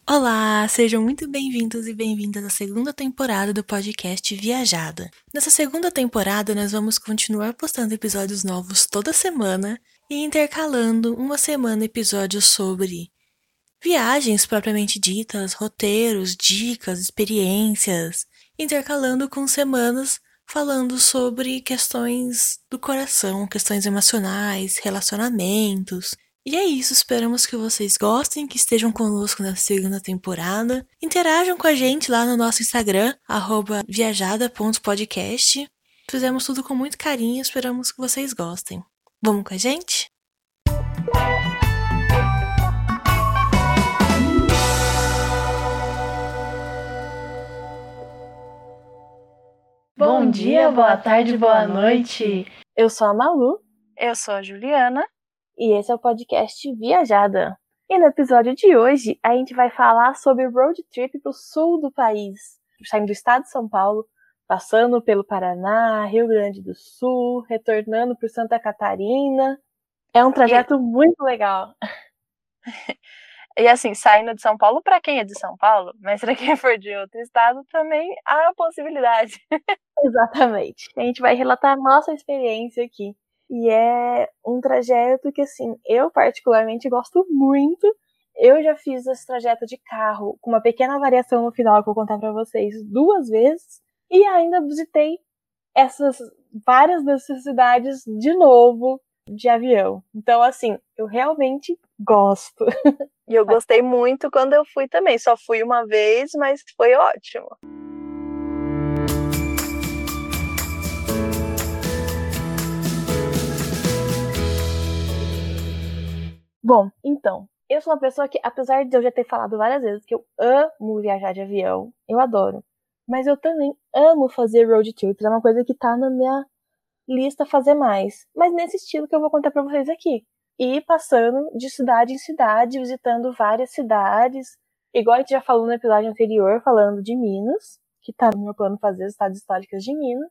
Olá, sejam muito bem-vindos e bem-vindas à segunda temporada do podcast Viajada. Nessa segunda temporada, nós vamos continuar postando episódios novos toda semana e intercalando uma semana episódios sobre viagens propriamente ditas, roteiros, dicas, experiências, intercalando com semanas falando sobre questões do coração, questões emocionais, relacionamentos. E é isso, esperamos que vocês gostem, que estejam conosco nessa segunda temporada. Interajam com a gente lá no nosso Instagram, @viajada.podcast. Fizemos tudo com muito carinho, esperamos que vocês gostem. Vamos com a gente? Bom dia, boa tarde, boa noite. Eu sou a Malu. Eu sou a Juliana. E esse é o podcast Viajada. E no episódio de hoje, a gente vai falar sobre road trip pro sul do país. Saindo do estado de São Paulo, passando pelo Paraná, Rio Grande do Sul, retornando por Santa Catarina. É um trajeto muito legal. E assim, saindo de São Paulo, para quem é de São Paulo, mas para quem for de outro estado, também há a possibilidade. Exatamente. A gente vai relatar a nossa experiência aqui. E é um trajeto que, assim, eu particularmente gosto muito. Eu já fiz esse trajeto de carro, com uma pequena variação no final que eu vou contar pra vocês 2 vezes. E ainda visitei várias dessas cidades de novo, de avião. Então, assim, eu realmente gosto. E eu gostei muito quando eu fui também. Só fui uma vez, mas foi ótimo. Bom, então, eu sou uma pessoa que, apesar de eu já ter falado várias vezes que eu amo viajar de avião, eu adoro. Mas eu também amo fazer road trips, é uma coisa que tá na minha lista fazer mais. Mas nesse estilo que eu vou contar pra vocês aqui. E passando de cidade em cidade, visitando várias cidades. Igual a gente já falou no episódio anterior, falando de Minas, que tá no meu plano fazer as cidades históricas de Minas.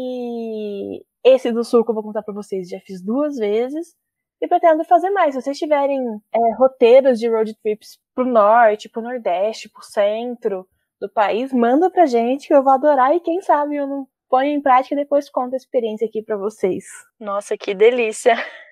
E esse do sul que eu vou contar pra vocês já fiz 2 vezes. E pretendo fazer mais. Se vocês tiverem roteiros de road trips pro norte, pro nordeste, pro centro do país, manda pra gente que eu vou adorar e quem sabe eu não ponho em prática e depois conto a experiência aqui pra vocês. Nossa, que delícia.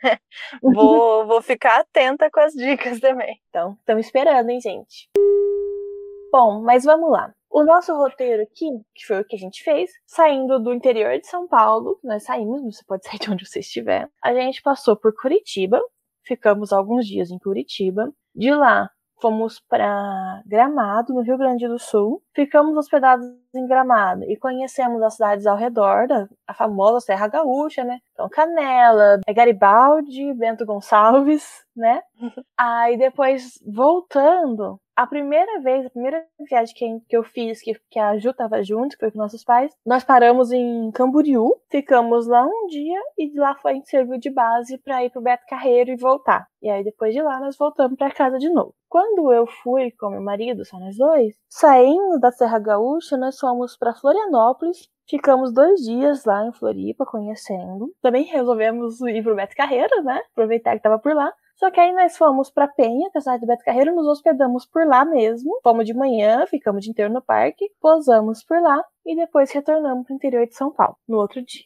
Vou ficar atenta com as dicas também. Então, estamos esperando, hein, gente? Bom, mas vamos lá. O nosso roteiro aqui, que foi o que a gente fez, saindo do interior de São Paulo, nós saímos, você pode sair de onde você estiver. A gente passou por Curitiba, ficamos alguns dias em Curitiba. De lá, fomos para Gramado, no Rio Grande do Sul. Ficamos hospedados em Gramado e conhecemos as cidades ao redor, a famosa Serra Gaúcha, né? Então, Canela, Garibaldi, Bento Gonçalves, né? Aí depois, voltando, a primeira viagem que eu fiz, que a Ju tava junto, que foi com nossos pais, nós paramos em Camboriú, ficamos lá um dia e de lá a gente serviu de base pra ir pro Beto Carreiro e voltar. E aí depois de lá nós voltamos pra casa de novo. Quando eu fui com meu marido, só nós dois, saindo da Serra Gaúcha, nós fomos pra Florianópolis, ficamos 2 dias lá em Floripa conhecendo. Também resolvemos ir pro Beto Carreiro, né? Aproveitar que tava por lá. Só que aí nós fomos pra Penha, que é a cidade do Beto Carreiro, nos hospedamos por lá mesmo. Fomos de manhã, ficamos o dia inteiro no parque, posamos por lá e depois retornamos pro interior de São Paulo, no outro dia.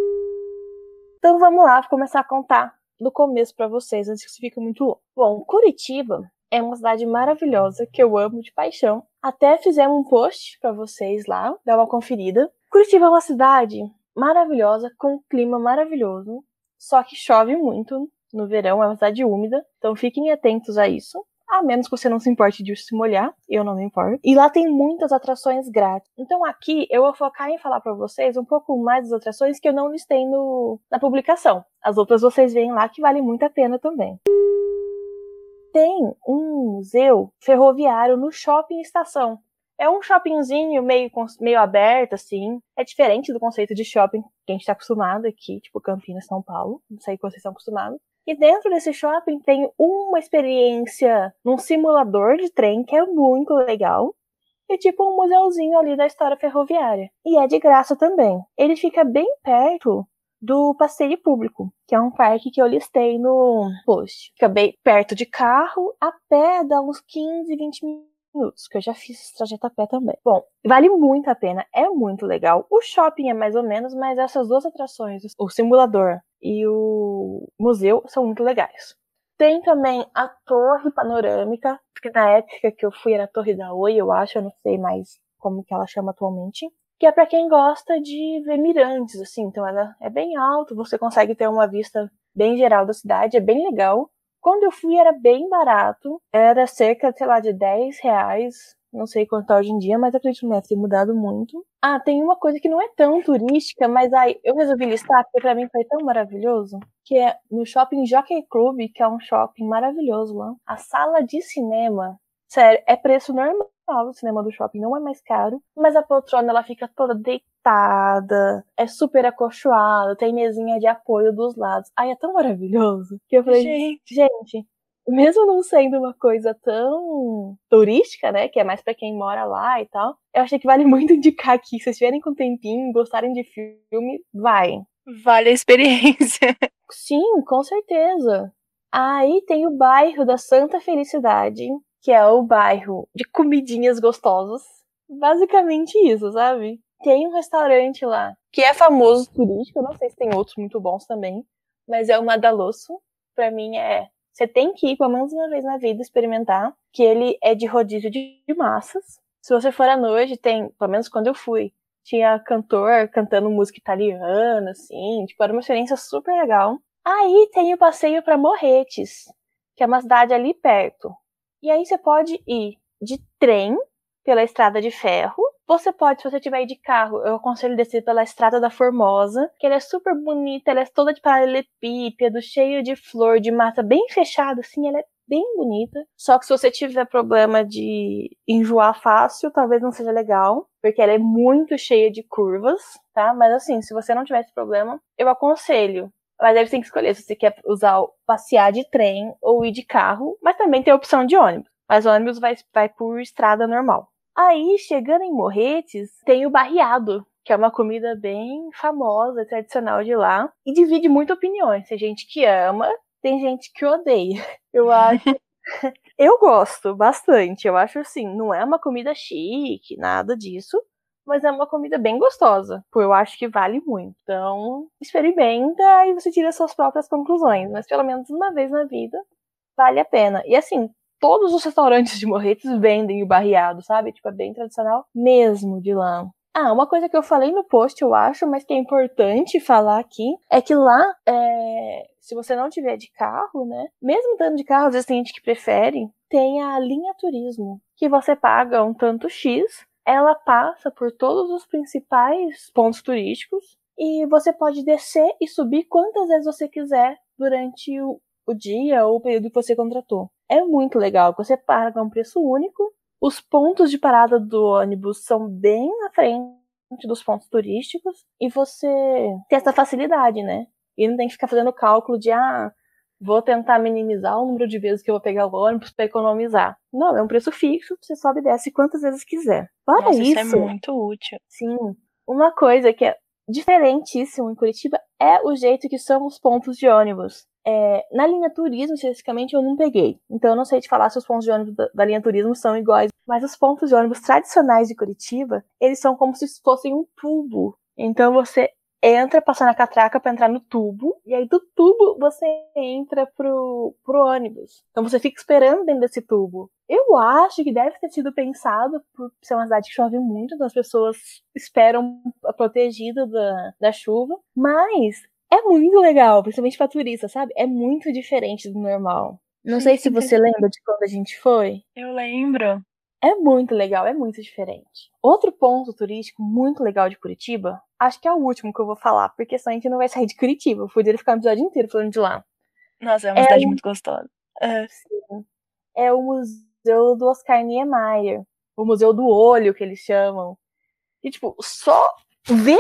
Então vamos lá, vou começar a contar do começo pra vocês, antes que isso fique muito longo. Bom, Curitiba é uma cidade maravilhosa, que eu amo de paixão. Até fizemos um post pra vocês lá, dá uma conferida. Curitiba é uma cidade maravilhosa, com um clima maravilhoso, só que chove muito. No verão, é uma cidade úmida, então fiquem atentos a isso. A menos que você não se importe de se molhar, eu não me importo. E lá tem muitas atrações grátis. Então aqui eu vou focar em falar pra vocês um pouco mais das atrações que eu não listei na publicação. As outras vocês veem lá que vale muito a pena também. Tem um museu ferroviário no shopping estação. É um shoppingzinho meio aberto, assim. É diferente do conceito de shopping que a gente tá acostumado aqui, tipo Campinas, São Paulo. Não sei se vocês estão acostumados. E dentro desse shopping tem uma experiência num simulador de trem que é muito legal. E tipo um museuzinho ali da história ferroviária. E é de graça também. Ele fica bem perto do passeio público, que é um parque que eu listei no post. Fica bem perto de carro, a pé dá uns 15, 20 minutos, que eu já fiz esse trajeto a pé também. Bom, vale muito a pena, é muito legal. O shopping é mais ou menos, mas essas duas atrações, o simulador e o museu, são muito legais. Tem também a torre panorâmica, porque na época que eu fui era a Torre da Oi, eu acho, eu não sei mais como que ela chama atualmente. Que é pra quem gosta de ver mirantes, assim. Então ela é bem alta, você consegue ter uma vista bem geral da cidade, é bem legal. Quando eu fui era bem barato, era cerca, sei lá, de R$10. Não sei quanto tá hoje em dia, mas acredito que não deve ter mudado muito. Ah, tem uma coisa que não é tão turística, mas aí eu resolvi listar porque pra mim foi tão maravilhoso, que é no shopping Jockey Club, que é um shopping maravilhoso lá. A sala de cinema, sério, é preço normal. O cinema do shopping não é mais caro, mas a poltrona ela fica toda deitada, é super acolchoada, tem mesinha de apoio dos lados. Ai, é tão maravilhoso que eu falei, gente, mesmo não sendo uma coisa tão turística, né, que é mais pra quem mora lá e tal, eu achei que vale muito indicar aqui. Se vocês tiverem com um tempinho, gostarem de filme, vai. Vale a experiência. Sim, com certeza. Aí tem o bairro da Santa Felicidade, que é o bairro de comidinhas gostosas. Basicamente isso, sabe? Tem um restaurante lá que é famoso turístico, eu não sei se tem outros muito bons também, mas é o Madalosso. Pra mim você tem que ir pelo menos uma vez na vida experimentar, que ele é de rodízio de massas. Se você for à noite, tem, pelo menos quando eu fui, tinha cantor cantando música italiana, assim, tipo, era uma experiência super legal. Aí tem o passeio pra Morretes, que é uma cidade ali perto. E aí você pode ir de trem pela estrada de ferro. Você pode, se você tiver ir de carro, eu aconselho descer pela estrada da Formosa, que ela é super bonita, ela é toda de paralelepípedo, cheia de flor, de mata, bem fechada, assim, ela é bem bonita. Só que se você tiver problema de enjoar fácil, talvez não seja legal, porque ela é muito cheia de curvas, tá? Mas assim, se você não tiver esse problema, eu aconselho. Mas aí você tem que escolher se você quer passear de trem ou ir de carro, mas também tem a opção de ônibus. Mas o ônibus vai por estrada normal. Aí, chegando em Morretes, tem o barreado, que é uma comida bem famosa, tradicional de lá, e divide muito opiniões. Tem gente que ama, tem gente que odeia. Eu acho. Eu gosto bastante. Eu acho assim, não é uma comida chique, nada disso, mas é uma comida bem gostosa. Eu acho que vale muito. Então, experimenta e você tira suas próprias conclusões. Mas pelo menos uma vez na vida, vale a pena. E assim, todos os restaurantes de Morretes vendem o barreado, sabe? Tipo, é bem tradicional mesmo de lá. Ah, uma coisa que eu falei no post, eu acho, mas que é importante falar aqui, é que lá, se você não tiver de carro, né? Mesmo estando de carro, às vezes tem gente que prefere, tem a linha turismo, que você paga um tanto X, ela passa por todos os principais pontos turísticos, e você pode descer e subir quantas vezes você quiser durante o dia ou o período que você contratou. É muito legal, você paga um preço único. Os pontos de parada do ônibus são bem na frente dos pontos turísticos e você tem essa facilidade, né? E não tem que ficar fazendo cálculo de vou tentar minimizar o número de vezes que eu vou pegar o ônibus para economizar. Não, é um preço fixo, você sobe e desce quantas vezes quiser. Para Nossa, isso é muito útil. Sim, uma coisa que é diferentíssimo em Curitiba é o jeito que são os pontos de ônibus. Na linha turismo, especificamente, eu não peguei. Então eu não sei te falar se os pontos de ônibus da linha turismo são iguais. Mas os pontos de ônibus tradicionais de Curitiba, eles são como se fossem um tubo. Então você entra, passa na catraca pra entrar no tubo. E aí do tubo você entra pro ônibus. Então você fica esperando dentro desse tubo. Eu acho que deve ter sido pensado por ser uma cidade que chove muito, então as pessoas esperam protegidas da chuva. Mas é muito legal, principalmente pra turista, sabe? É muito diferente do normal. Não sei se você lembra de quando a gente foi. Eu lembro. É muito legal, é muito diferente. Outro ponto turístico muito legal de Curitiba, acho que é o último que eu vou falar, porque senão a gente não vai sair de Curitiba. Eu poderia ficar um episódio inteiro falando de lá. Nossa, é uma cidade muito gostosa. Sim. É o Museu do Oscar Niemeyer. O Museu do Olho, que eles chamam. E, tipo, só ver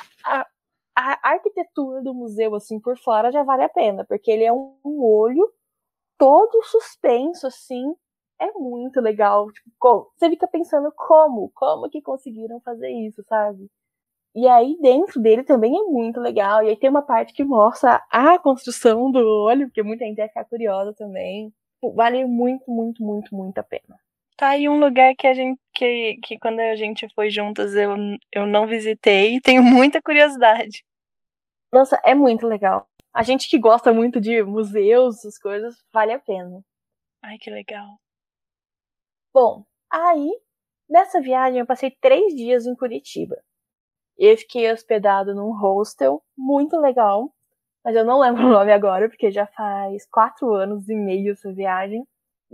a arquitetura do museu, assim, por fora já vale a pena, porque ele é um olho todo suspenso, assim. É muito legal. Tipo, você fica pensando como que conseguiram fazer isso, sabe? E aí dentro dele também é muito legal. E aí tem uma parte que mostra a construção do olho, porque muita gente vai ficar curiosa também. Vale muito, muito, muito, muito a pena. Tá aí um lugar que a gente que quando a gente foi juntas eu não visitei e tenho muita curiosidade. Nossa, é muito legal. A gente que gosta muito de museus, essas coisas, vale a pena. Ai, que legal. Bom, aí, nessa viagem eu passei 3 dias em Curitiba. Eu fiquei hospedado num hostel muito legal, mas eu não lembro o nome agora, porque já faz 4 anos e meio essa viagem.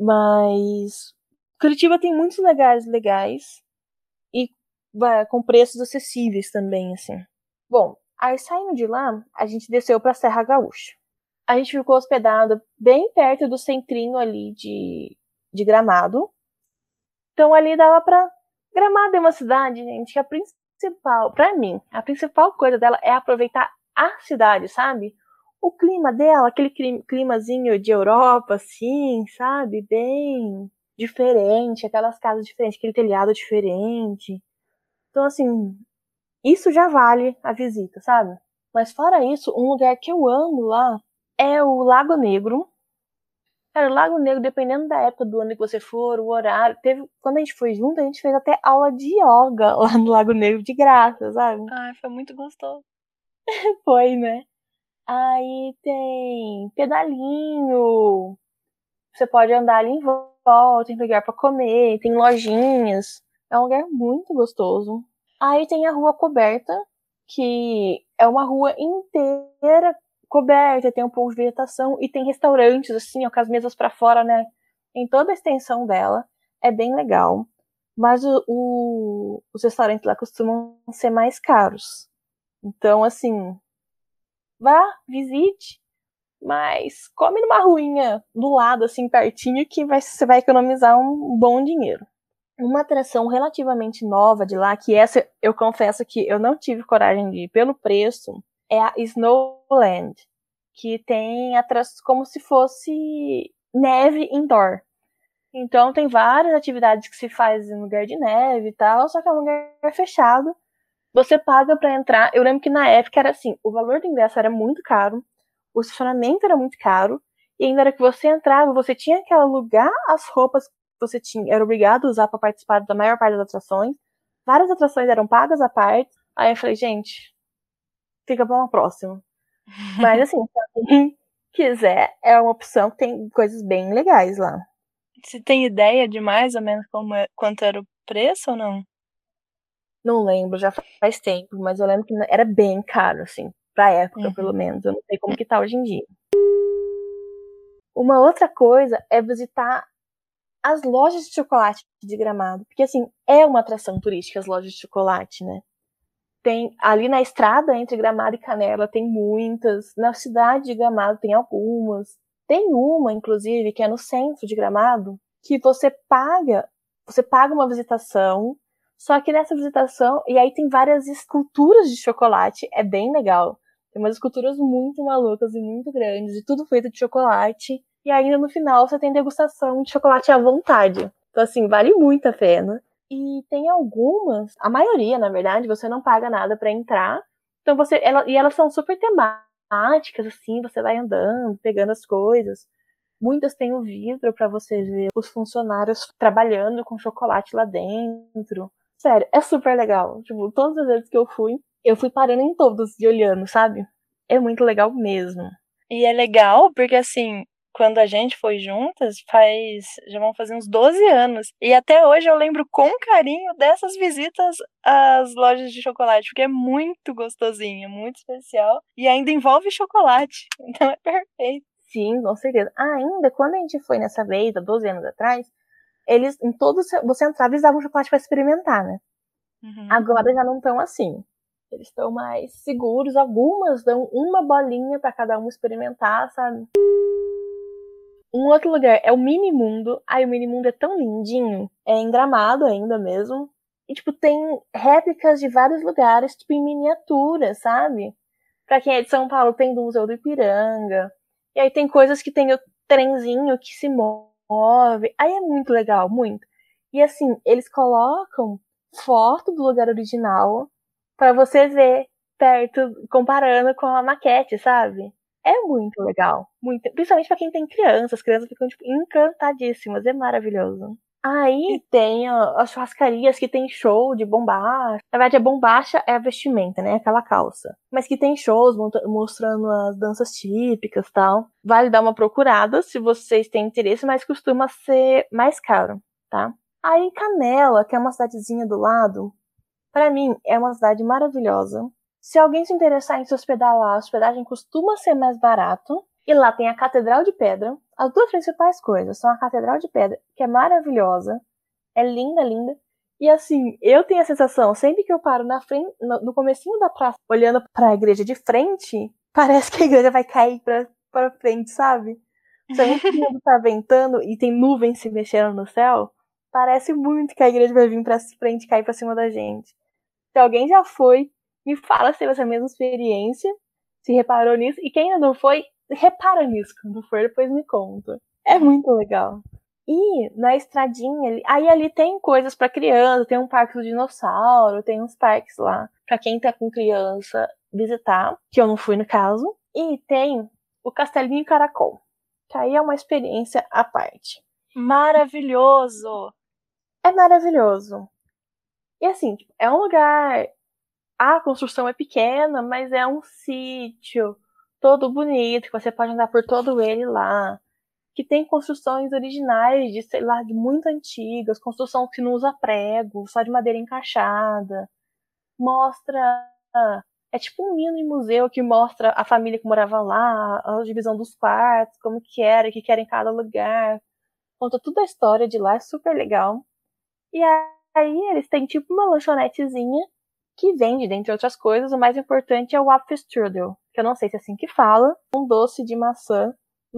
Mas Curitiba tem muitos lugares legais e com preços acessíveis também, assim. Bom, aí saindo de lá, a gente desceu pra Serra Gaúcha. A gente ficou hospedado bem perto do centrinho ali de Gramado. Então ali dava pra... Gramado é uma cidade, gente, que a principal, pra mim, a principal coisa dela é aproveitar a cidade, sabe? O clima dela, aquele climazinho de Europa, assim, sabe? Bem diferente, aquelas casas diferentes, aquele telhado diferente. Então, assim, isso já vale a visita, sabe? Mas fora isso, um lugar que eu amo lá é o Lago Negro. Cara, o Lago Negro, dependendo da época do ano que você for, o horário. Quando a gente foi junto, a gente fez até aula de yoga lá no Lago Negro de graça, sabe? Ai, foi muito gostoso. Foi, né? Aí tem pedalinho. Você pode andar ali em volta, tem lugar pra comer, tem lojinhas. É um lugar muito gostoso. Aí tem a Rua Coberta, que é uma rua inteira coberta, tem um pouco de vegetação e tem restaurantes, assim, ó, com as mesas pra fora, né? Em toda a extensão dela. É bem legal. Mas os restaurantes lá costumam ser mais caros. Então, assim, vá, visite, mas come numa ruinha do lado, assim, pertinho, que você vai economizar um bom dinheiro. Uma atração relativamente nova de lá, que essa eu confesso que eu não tive coragem de ir pelo preço, é a Snowland, que tem atrações como se fosse neve indoor. Então tem várias atividades que se faz em lugar de neve e tal, só que é um lugar fechado. Você paga pra entrar. Eu lembro que na época era assim, o valor do ingresso era muito caro, o estacionamento era muito caro, e ainda era que você entrava, você tinha que alugar as roupas que você era obrigado a usar para participar da maior parte das atrações. Várias atrações eram pagas à parte. Aí eu falei, gente, fica pra uma próxima. Mas assim, pra quem quiser, é uma opção que tem coisas bem legais lá. Você tem ideia de mais ou menos quanto era o preço ou não? Não lembro, já faz tempo, mas eu lembro que era bem caro, assim, pra época, pelo menos. Eu não sei como que tá hoje em dia. Uma outra coisa é visitar as lojas de chocolate de Gramado, porque assim, é uma atração turística as lojas de chocolate, né? Tem ali na estrada entre Gramado e Canela tem muitas, na cidade de Gramado tem algumas. Tem uma, inclusive, que é no centro de Gramado, que você paga uma visitação, só que nessa visitação, e aí tem várias esculturas de chocolate, é bem legal. Tem umas esculturas muito malucas e muito grandes, e tudo feito de chocolate. E ainda no final você tem degustação de chocolate à vontade. Então, assim, vale muito a pena. E tem algumas, a maioria, na verdade, você não paga nada pra entrar. Então e elas são super temáticas, assim, você vai andando, pegando as coisas. Muitas têm o vidro pra você ver os funcionários trabalhando com chocolate lá dentro. Sério, é super legal. Tipo, todas as vezes que eu fui parando em todos e olhando, sabe? É muito legal mesmo. E é legal porque, assim, quando a gente foi juntas, já vão fazer uns 12 anos. E até hoje eu lembro com carinho dessas visitas às lojas de chocolate, porque é muito gostosinho, muito especial. E ainda envolve chocolate. Então é perfeito. Sim, com certeza. Ainda, quando a gente foi nessa vez, há 12 anos atrás, eles, em todos, você entrava, eles davam chocolate pra experimentar, né? Uhum. Agora já não estão assim. Eles estão mais seguros. Algumas dão uma bolinha pra cada um experimentar, sabe? Um outro lugar é o Mini Mundo. Ai, o Mini Mundo é tão lindinho. É em Gramado ainda mesmo. E, tipo, tem réplicas de vários lugares, tipo, em miniatura, sabe? Pra quem é de São Paulo, tem do Museu do Ipiranga. E aí tem coisas que tem o trenzinho que se move. Aí é muito legal, muito. E assim, eles colocam foto do lugar original pra você ver perto, comparando com a maquete, sabe? É muito legal. Muito, principalmente pra quem tem crianças. As crianças ficam, tipo, encantadíssimas. É maravilhoso. Aí tem as churrascarias que tem show de bombacha. Na verdade, a bombacha é a vestimenta, né? Aquela calça. Mas que tem shows mostrando as danças típicas e tal. Vale dar uma procurada se vocês têm interesse, mas costuma ser mais caro, tá? Aí Canela, que é uma cidadezinha do lado, pra mim é uma cidade maravilhosa. Se alguém se interessar em se hospedar lá, a hospedagem costuma ser mais barato. E lá tem a Catedral de Pedra. As duas principais coisas são a Catedral de Pedra, que é maravilhosa. É linda, linda. E assim, eu tenho a sensação, sempre que eu paro na frente, no comecinho da praça, olhando pra igreja de frente, parece que a igreja vai cair pra frente, sabe? Principalmente quando tá ventando e tem nuvens se mexendo no céu, parece muito que a igreja vai vir pra frente e cair pra cima da gente. Se alguém já foi, me fala se teve essa mesma experiência, se reparou nisso. E quem ainda não foi, repara nisso. Quando for, depois me conta. É muito legal. E na estradinha, aí ali tem coisas pra criança, tem um parque do dinossauro, tem uns parques lá pra quem tá com criança visitar, que eu não fui no caso. E tem o Castelinho Caracol, que aí é uma experiência à parte. Maravilhoso! É maravilhoso. E assim, é um lugar... A construção é pequena, mas é um sítio todo bonito, que você pode andar por todo ele lá. Que tem construções originais de, sei lá, de muito antigas, construção que não usa prego, só de madeira encaixada. Mostra... É tipo um mini museu que mostra a família que morava lá, a divisão dos quartos, como que era, o que era em cada lugar. Conta toda a história de lá, é super legal. E aí eles têm tipo uma lanchonetezinha que vende, dentre outras coisas, o mais importante é o Apfelstrudel, que eu não sei se é assim que fala, um doce de maçã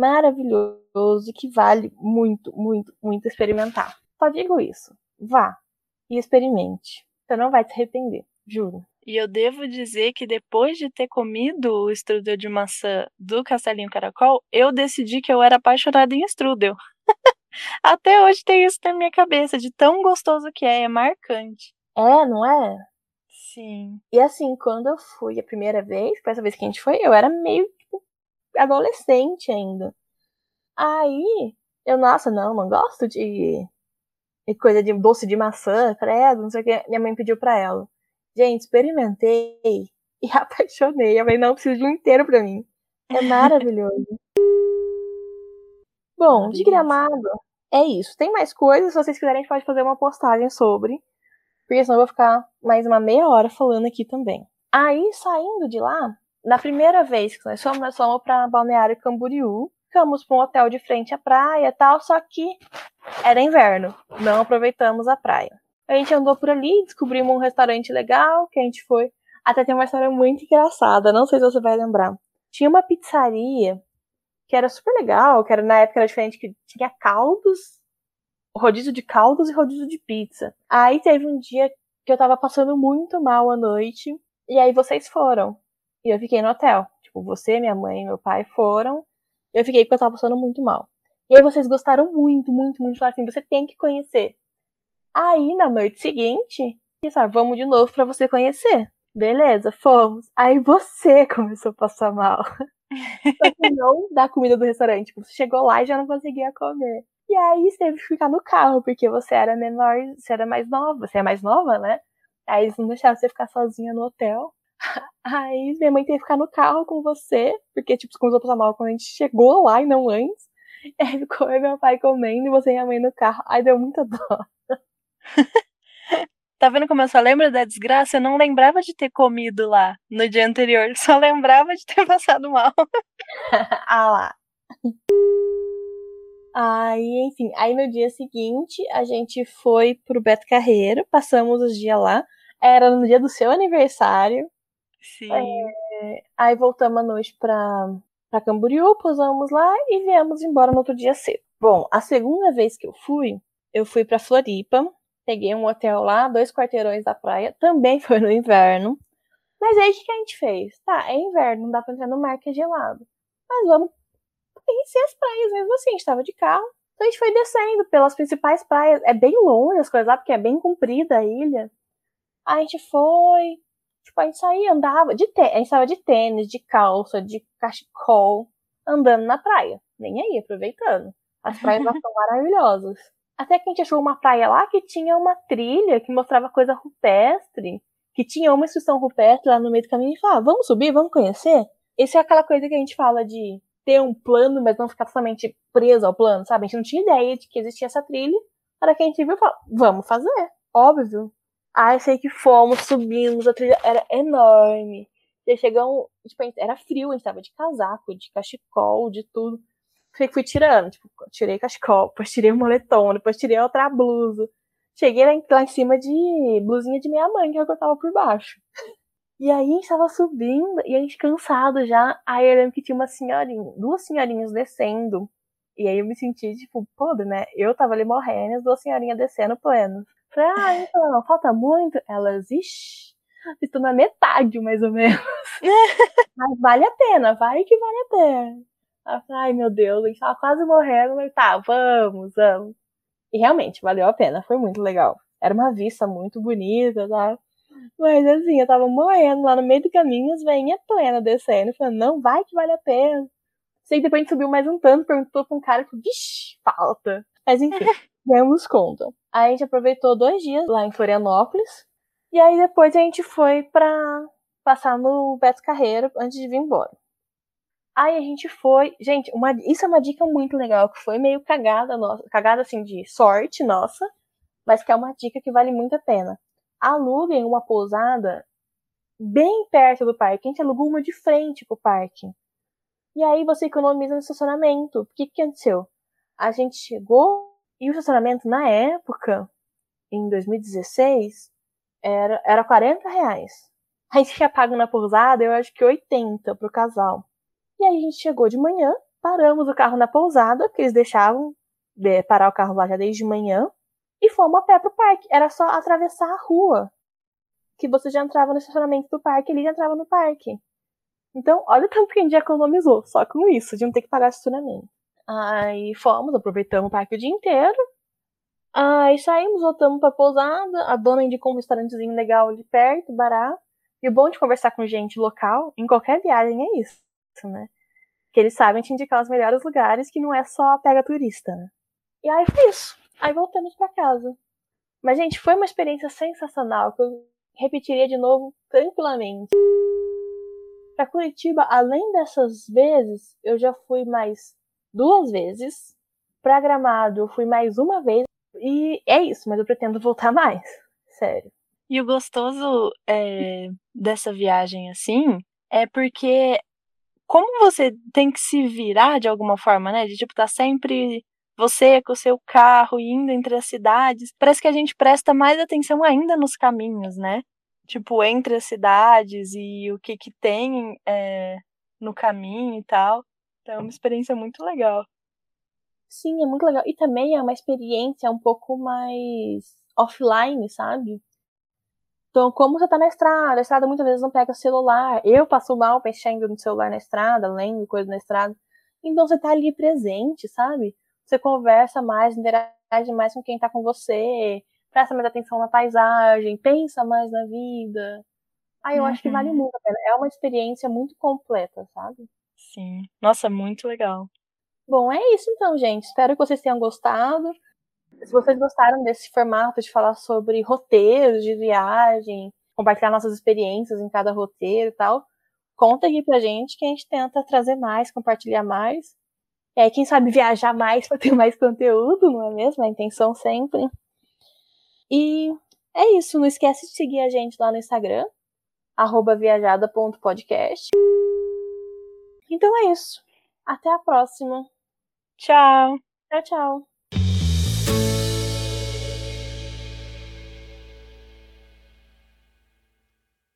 maravilhoso que vale muito, muito, muito experimentar. Só digo isso. Vá e experimente. Você não vai se arrepender, juro. E eu devo dizer que depois de ter comido o strudel de maçã do Castelinho Caracol, eu decidi que eu era apaixonada em strudel. Até hoje tem isso na minha cabeça, de tão gostoso que é marcante. É, não é? Sim. E assim, quando eu fui a primeira vez, essa vez que a gente foi, eu era meio, tipo, adolescente ainda. Aí, nossa, não gosto de coisa de doce de maçã, credo, não sei o que. Minha mãe pediu pra ela. Gente, experimentei e apaixonei. Eu falei, não, preciso de um inteiro pra mim. É maravilhoso. Bom, de Gramado, é isso. Tem mais coisas, se vocês quiserem, a gente pode fazer uma postagem sobre. Porque senão eu vou ficar mais uma meia hora falando aqui também. Aí, saindo de lá, na primeira vez que nós fomos pra Balneário Camboriú. Ficamos pra um hotel de frente à praia e tal, só que era inverno. Não aproveitamos a praia. A gente andou por ali, descobrimos um restaurante legal, que a gente foi. Até tem uma história muito engraçada, não sei se você vai lembrar. Tinha uma pizzaria que era super legal, que era, na época era diferente, que tinha caldos, rodízio de caldos e rodízio de pizza. Aí teve um dia que eu tava passando muito mal à noite, e aí vocês foram. E eu fiquei no hotel. Tipo, você, minha mãe e meu pai foram. Eu fiquei porque eu tava passando muito mal. E aí vocês gostaram muito, muito, muito. Falaram assim, você tem que conhecer. Aí, na noite seguinte, pensaram, vamos de novo pra você conhecer. Beleza, fomos. Aí você começou a passar mal. Só que não da comida do restaurante. Tipo, você chegou lá e já não conseguia comer. E aí você teve que ficar no carro, porque você era menor, você era mais nova. Você é mais nova, né? Aí eles não deixaram você ficar sozinha no hotel. Aí minha mãe teve que ficar no carro com você, porque, tipo, você começou a passar mal quando a gente chegou lá e não antes. Aí ficou eu e meu pai comendo e você e minha mãe no carro. Aí deu muita dó. Tá vendo como eu só lembro da desgraça? Eu não lembrava de ter comido lá no dia anterior, só lembrava de ter passado mal. Ah lá. Aí, enfim, aí no dia seguinte a gente foi pro Beto Carreiro, passamos os dias lá. Era no dia do seu aniversário. Sim. Aí voltamos à noite pra Camboriú, pousamos lá e viemos embora no outro dia cedo. Bom, a segunda vez que eu fui pra Floripa, peguei um hotel lá, 2 quarteirões da praia, também foi no inverno. Mas aí o que a gente fez? Tá, é inverno, não dá pra entrar no mar que é gelado. Mas vamos conhecer as praias mesmo assim, a gente tava de carro. Então a gente foi descendo pelas principais praias. É bem longe as coisas lá, porque é bem comprida a ilha. Aí a gente foi. Tipo, a gente saía, andava a gente tava de tênis, de calça, de cachecol, andando na praia. Nem aí, aproveitando. As praias lá são maravilhosas. Até que a gente achou uma praia lá que tinha uma trilha que mostrava coisa rupestre, que tinha uma excursão rupestre lá no meio do caminho e falava, vamos subir, vamos conhecer? Isso é aquela coisa que a gente fala de ter um plano, mas não ficar totalmente preso ao plano, sabe? A gente não tinha ideia de que existia essa trilha. Para que a gente viu e falou, vamos fazer, óbvio. Aí sei que fomos, subimos, a trilha era enorme. E chegamos, tipo, era frio, a gente tava de casaco, de cachecol, de tudo. Fui tirando, tipo, tirei cachecol, depois tirei o moletom, depois tirei outra blusa. Cheguei lá em cima de blusinha de meia manga que eu tava por baixo. E aí a gente tava subindo, e a gente cansado já. Aí eu lembro que tinha uma senhorinha, duas senhorinhas descendo. E aí eu me senti, tipo, podre, né? Eu tava ali morrendo e as duas senhorinhas descendo pleno. Falei, então, falta muito? Elas, ixi, estou na metade, mais ou menos. Mas vale a pena, vai que vale a pena. Aí eu falei, ai meu Deus, a gente tava quase morrendo, mas tá, vamos. E realmente, valeu a pena, foi muito legal. Era uma vista muito bonita, tá? Mas assim, eu tava morrendo lá no meio do caminho, as veinhas plenas descendo, falando, não, vai que vale a pena. Sei que depois a gente subiu mais um tanto, perguntou pra um cara, falou, vixe, falta. Mas enfim, demos conta. Aí a gente aproveitou 2 dias lá em Florianópolis, e aí depois a gente foi pra passar no Beto Carreiro antes de vir embora. Aí a gente foi. Gente, isso é uma dica muito legal, que foi meio cagada nossa. Cagada assim de sorte nossa, mas que é uma dica que vale muito a pena. Aluguem uma pousada bem perto do parque. A gente alugou uma de frente pro parque. E aí você economiza no estacionamento. O que aconteceu? A gente chegou e o estacionamento na época, em 2016, era R$40. A gente tinha pago na pousada, eu acho que 80 pro casal. E aí a gente chegou de manhã, paramos o carro na pousada, que eles deixavam parar o carro lá já desde manhã, e fomos a pé pro parque. Era só atravessar a rua, que você já entrava no estacionamento do parque, ele já entrava no parque. Então, olha o tanto que a gente já economizou, só com isso, de não ter que pagar estacionamento. Aí fomos, aproveitamos o parque o dia inteiro. Aí saímos, voltamos pra pousada, a dona indicou um restaurantezinho legal ali perto, barato. E o bom de conversar com gente local, em qualquer viagem, é isso, né? Que eles sabem te indicar os melhores lugares, que não é só pega turista, né? E aí foi isso. Aí voltamos pra casa. Mas, gente, foi uma experiência sensacional, que eu repetiria de novo tranquilamente. Pra Curitiba, além dessas vezes, eu já fui mais 2 vezes. Pra Gramado, eu fui mais uma vez. E é isso, mas eu pretendo voltar mais. Sério. E o gostoso dessa viagem, assim, é porque como você tem que se virar de alguma forma, né? De, tipo, tá sempre você com o seu carro indo entre as cidades. Parece que a gente presta mais atenção ainda nos caminhos, né? Tipo, entre as cidades e o que tem no caminho e tal. Então é uma experiência muito legal. Sim, é muito legal. E também é uma experiência um pouco mais offline, sabe? Então, como você tá na estrada, a estrada muitas vezes não pega celular. Eu passo mal mexendo no celular na estrada, lendo coisa na estrada. Então você tá ali presente, sabe? Você conversa mais, interage mais com quem tá com você, presta mais atenção na paisagem, pensa mais na vida. Aí eu acho que vale muito a pena. É uma experiência muito completa, sabe? Sim. Nossa, muito legal. Bom, é isso então, gente. Espero que vocês tenham gostado. Se vocês gostaram desse formato de falar sobre roteiros de viagem, compartilhar nossas experiências em cada roteiro e tal, conta aqui pra gente que a gente tenta trazer mais, compartilhar mais. E aí, quem sabe viajar mais para ter mais conteúdo, não é mesmo? É a intenção sempre. E é isso. Não esquece de seguir a gente lá no Instagram, @viajada.podcast. Então é isso. Até a próxima. Tchau! Tchau, tchau.